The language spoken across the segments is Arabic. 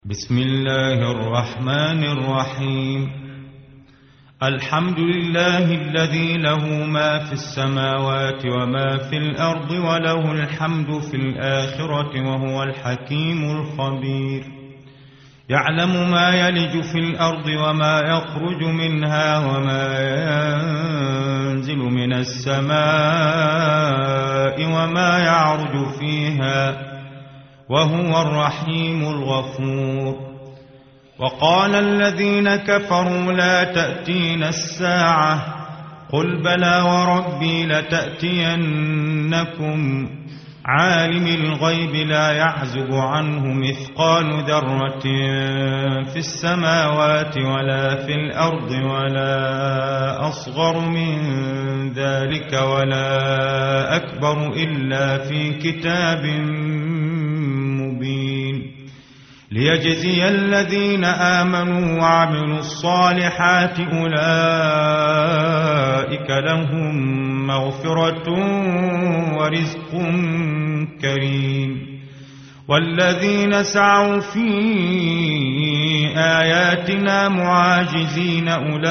بسم الله الرحمن الرحيم. الحمد لله الذي له ما في السماوات وما في الأرض وله الحمد في الآخرة وهو الحكيم الخبير. يعلم ما يلج في الأرض وما يخرج منها وما ينزل من السماء وما يعرج فيها وهو الرحيم الغفور. وقال الذين كفروا لا تأتينا الساعة قل بلى وربي لتأتينكم عالم الغيب لا يعزب عنه مثقال ذرة في السماوات ولا في الأرض ولا أصغر من ذلك ولا أكبر إلا في كتاب مبين ليجزي الذين آمنوا وعملوا الصالحات أولئك لهم مغفرة ورزق كريم. والذين سعوا في آياتنا معاجزين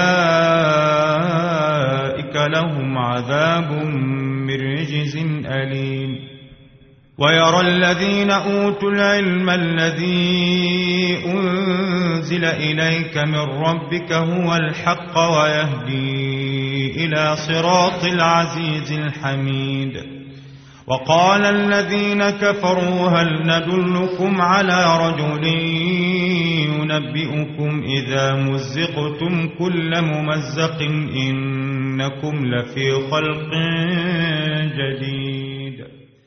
أولئك لهم عذاب من رجز أليم. ويرى الذين أوتوا العلم الذي أنزل إليك من ربك هو الحق ويهدي إلى صراط العزيز الحميد. وقال الذين كفروا هل ندلكم على رجل ينبئكم إذا مزقتم كل ممزق إنكم لفي خلق جديد.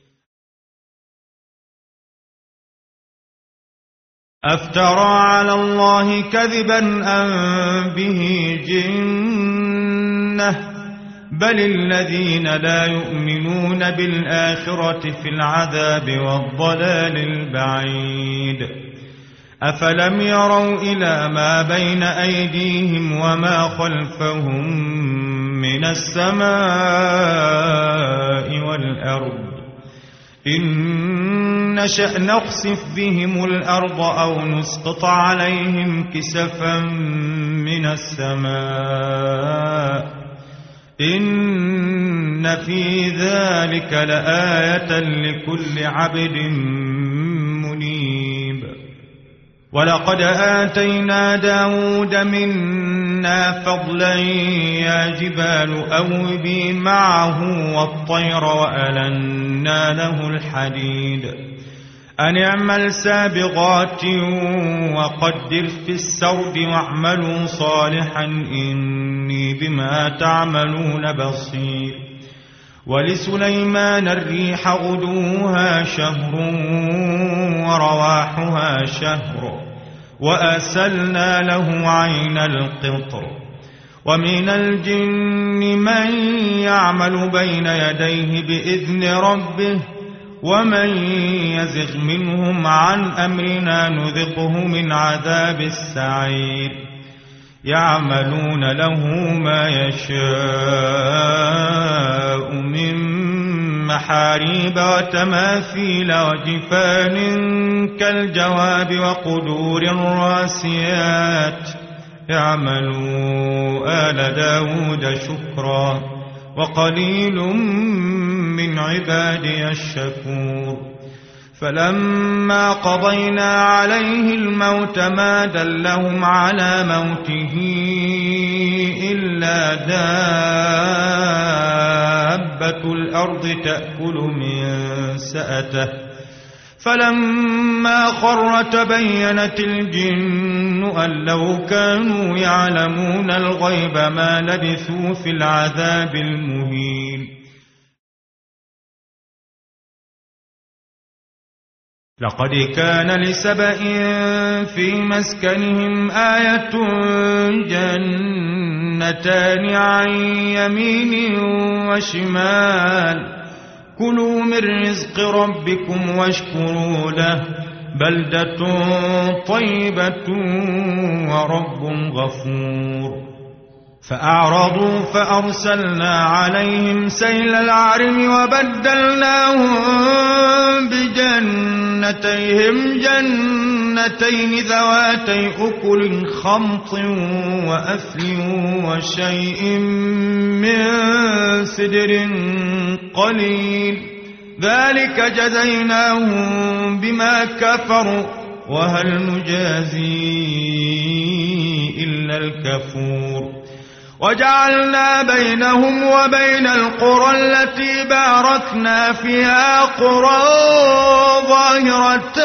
أفترى على الله كذبا أم به جنة بل الذين لا يؤمنون بالآخرة في العذاب والضلال البعيد. أفلم يروا إلى ما بين أيديهم وما خلفهم من السماء والأرض إن نشأ نخسف بهم الأرض أو نسقط عليهم كسفا من السماء إن في ذلك لآية لكل عبد منيب. ولقد آتينا داود منا فضلا يا جبال أوبي معه والطير وألنا له الحديد أن اعمل سابغات وقدر في السرد واعملوا صالحا إني بما تعملون بصير. ولسليمان الريح غدوها شهر ورواحها شهر وأسلنا له عين القطر. ومن الجن من يعمل بين يديه بإذن ربه ومن يزغ منهم عن أمرنا نذقه من عذاب السعير. يعملون له ما يشاء من محاريب وتماثيل وجفان كالجواب وقدور الراسيات. يعملوا آل داود شكرا وقليل من عبادي الشكور. فلما قضينا عليه الموت ما دلهم على موته إلا دابة الأرض تأكل من سأته فلما خر تبينت الجن أن لو كانوا يعلمون الغيب ما لبثوا في العذاب المهين. لقد كان لسبإ في مسكنهم آية جنتان عن يمين وشمال كلوا من رزق ربكم واشكروا له بلدة طيبة ورب غفور. فأعرضوا فأرسلنا عليهم سيل العرم وبدلناهم بجنتيهم جنتين ذواتي أكل خمط وأثل وشيء من سدر قليل ذلك جزيناهم بما كفروا وهل نجازي إلا الكفور وجعلنا بينهم وبين القرى التي باركنا فيها قرى ظاهرة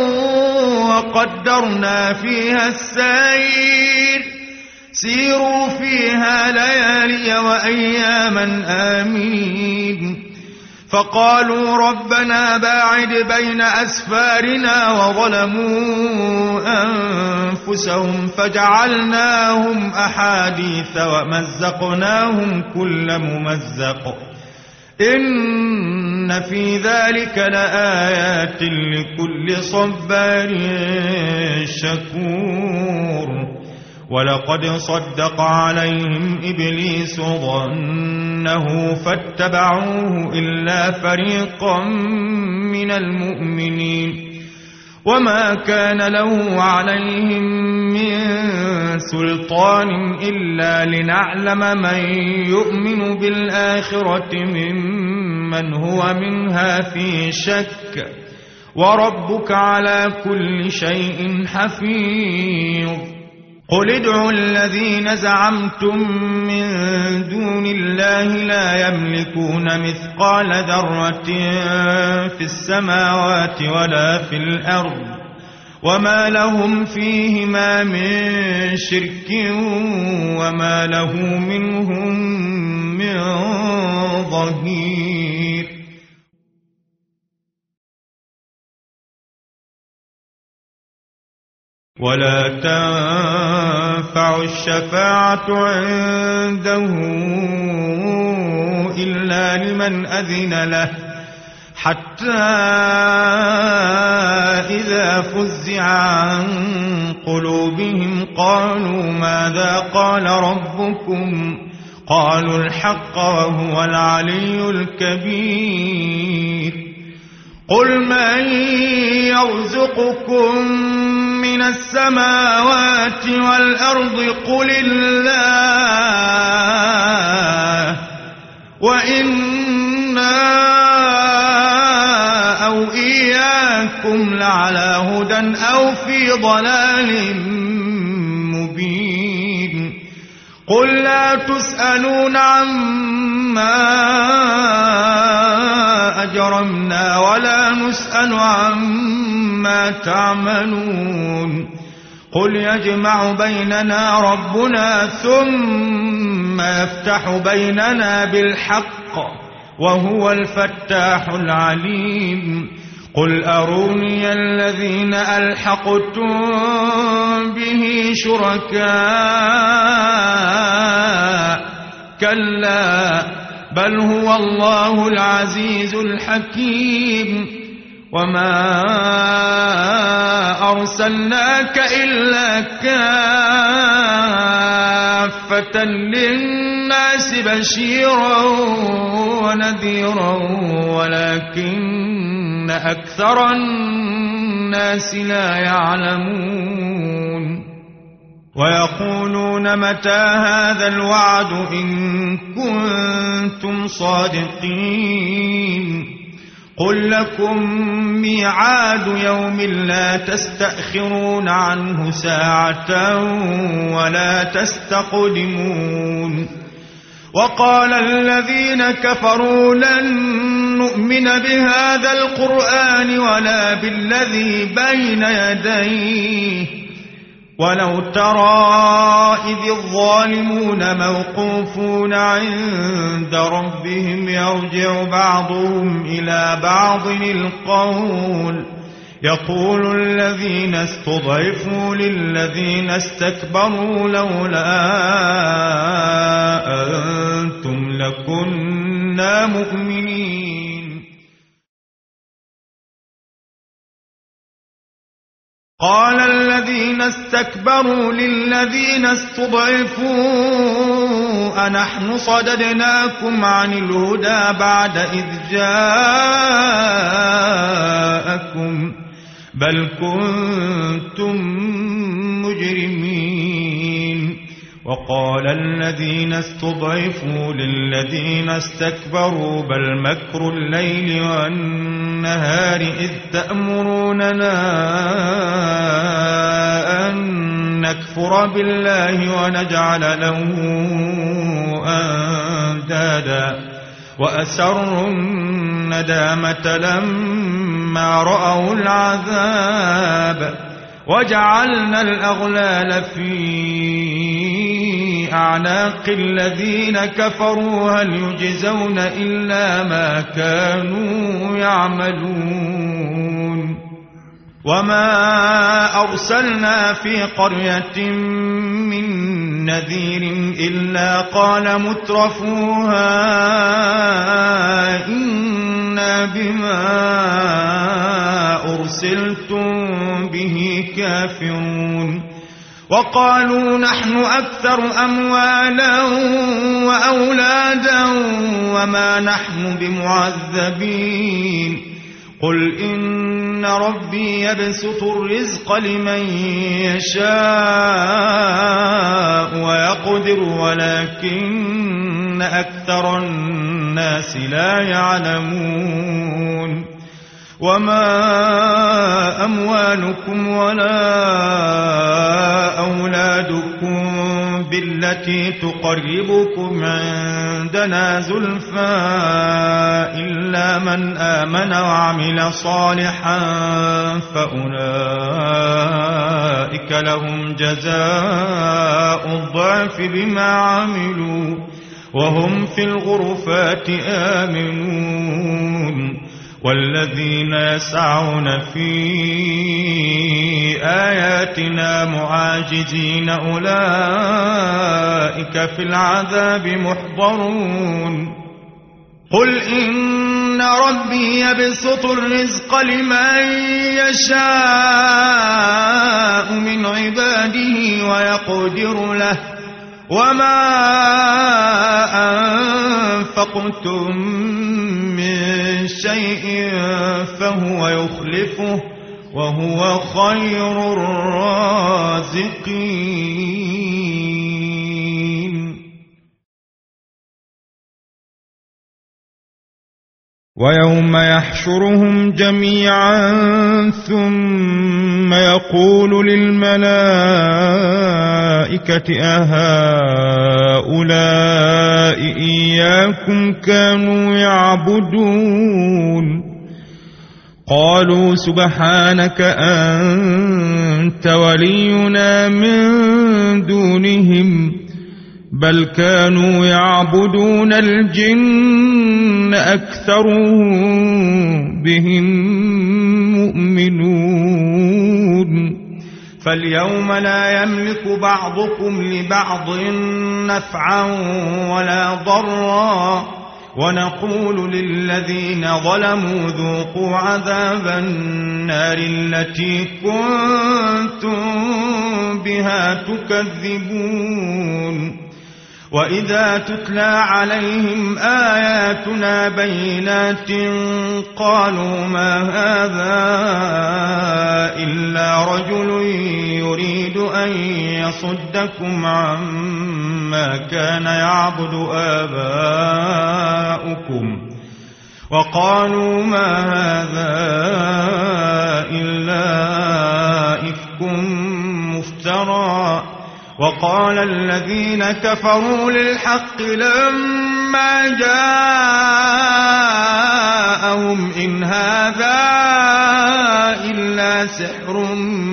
وقدرنا فيها السير سيروا فيها ليالي وأياما آمين فقالوا ربنا باعد بين أسفارنا وظلموا أنفسهم فجعلناهم أحاديث ومزقناهم كل ممزق إن في ذلك لآيات لكل صبار شكور ولقد صدق عليهم إبليس ظنه فاتبعوه إلا فريقا من المؤمنين وما كان له عليهم من سلطان إلا لنعلم من يؤمن بالآخرة ممن هو منها في شك وربك على كل شيء حفيظ قل ادعوا الذين زعمتم من دون الله لا يملكون مثقال ذرة في السماوات ولا في الأرض وما لهم فيهما من شرك وما له منهم من ظهير ولا تنفع الشفاعة عنده إلا لمن أذن له حتى إذا فزع عن قلوبهم قالوا ماذا قال ربكم قالوا الحق وهو العلي الكبير قل من يرزقكم من السماوات والأرض قل الله وإنا أو إياكم لعلى هدى أو في ضلال مبين قل لا تسألون عما أجرمنا ولا نسأل عما تعملون قل يجمع بيننا ربنا ثم يفتح بيننا بالحق وهو الفتاح العليم قل أروني الذين ألحقتم به شركاء كلا بل هو الله العزيز الحكيم وما أرسلناك إلا كافة للناس بشيرا ونذيرا ولكن أكثر الناس لا يعلمون ويقولون متى هذا الوعد إن كنتم صادقين قل لكم ميعاد يوم لا تستأخرون عنه ساعة ولا تستقدمون وقال الذين كفروا لن نؤمن بهذا القرآن ولا بالذي بين يديه ولو ترى إذ الظالمون موقوفون عند ربهم يرجع بعضهم إلى بعض القول يقول الذين استضعفوا للذين استكبروا لولا أنتم لكنا مؤمنين قال الذين استكبروا للذين استضعفوا أنحن صددناكم عن الهدى بعد إذ جاءكم بل كنتم مجرمين وقال الذين استضعفوا للذين استكبروا بل مكر الليل والنهار إذ تأمروننا أن نكفر بالله ونجعل له أندادا وأسروا الندامة لما رأوا العذاب وجعلنا الأغلال في أعناق الذين كفروا هل يجزون إلا ما كانوا يعملون وما أرسلنا في قرية من نذير إلا قال مترفوها إنا بما أرسلتم به كافرون وقالوا نحن أكثر أموالا وأولادا وما نحن بمعذبين قل إن ربي يبسط الرزق لمن يشاء ويقدر ولكن أكثر الناس لا يعلمون وما أموالكم ولا أولادكم بالتي تقربكم عندنا زلفى إلا من آمن وعمل صالحا فأولئك لهم جزاء الضعف بما عملوا وهم في الغرفات آمنون والذين يسعون في آياتنا معاجزين أولئك في العذاب محضرون قل إن ربي يبسط الرزق لمن يشاء من عباده ويقدر له وما أنفقتم من شيء فهو يخلفه وهو خير الرازقين ويوم يحشرهم جميعا ثم يقول للملائكة أهؤلاء إياكم كانوا يعبدون قالوا سبحانك أنت ولينا من دونهم بل كانوا يعبدون الجن أكثرهم بهم مؤمنون فاليوم لا يملك بعضكم لبعض نفعا ولا ضرا ونقول للذين ظلموا ذوقوا عذاب النار التي كنتم بها تكذبون وإذا تتلى عليهم آياتنا بينات قالوا ما هذا إلا رجل يريد أن يصدكم عما كان يعبد آباؤكم وقالوا ما هذا إلا إفك مفترى وقال الذين كفروا للحق لما جاءهم إن هذا إلا سحر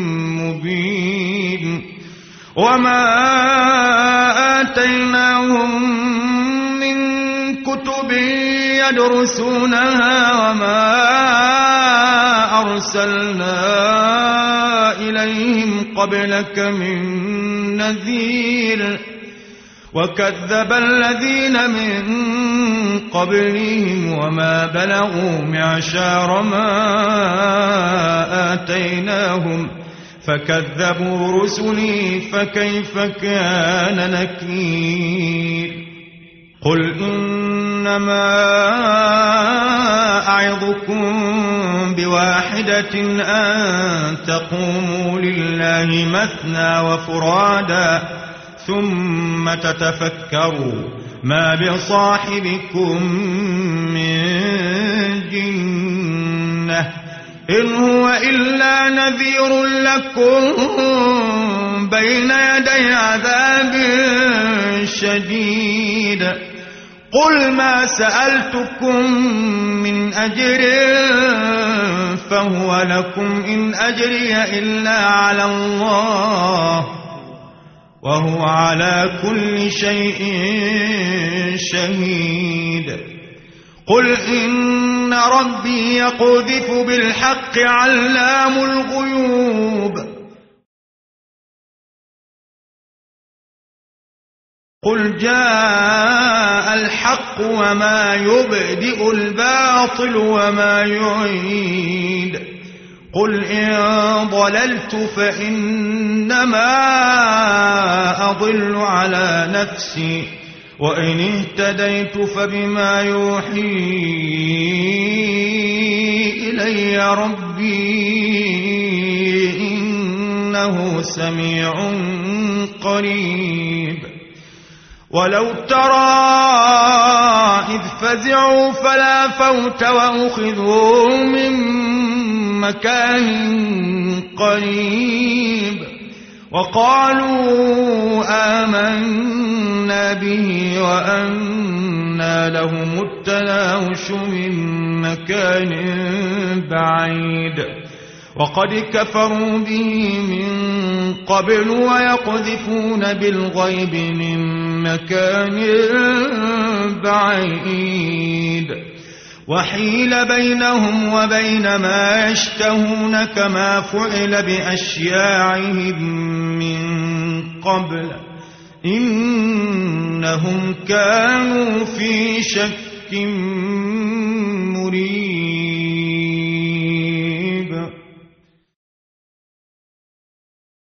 مبين وما آتيناهم من كتب يدرسونها وما أرسلنا إليهم قبلك من نذير وكذب الذين من قبلهم وما بلغوا معشار ما آتيناهم فكذبوا رسلي فكيف كان نكير قل إن إنما أعظكم بواحدة أن تقوموا لله مثنى وفرادا ثم تتفكروا ما بصاحبكم من جنة إن هو إلا نذير لكم بين يدي عذاب شديد قل ما سألتكم من أجر فهو لكم إن أجري إلا على الله وهو على كل شيء شهيد قل إن ربي يقذف بالحق علام الغيوب قل جاء الحق وما يبدئ الباطل وما يعيد قل إن ضللت فإنما أضل على نفسي وإن اهتديت فبما يوحي إلي ربي إنه سميع قريب ولو ترى إذ فزعوا فلا فوت وأخذوا من مكان قريب وقالوا آمنا به وأنى لهم التناوش من مكان بعيد وقد كفروا به من قبل ويقذفون بالغيب من مكان بعيد وحيل بينهم وبين ما يشتهون كما فعل بأشياعهم من قبل إنهم كانوا في شك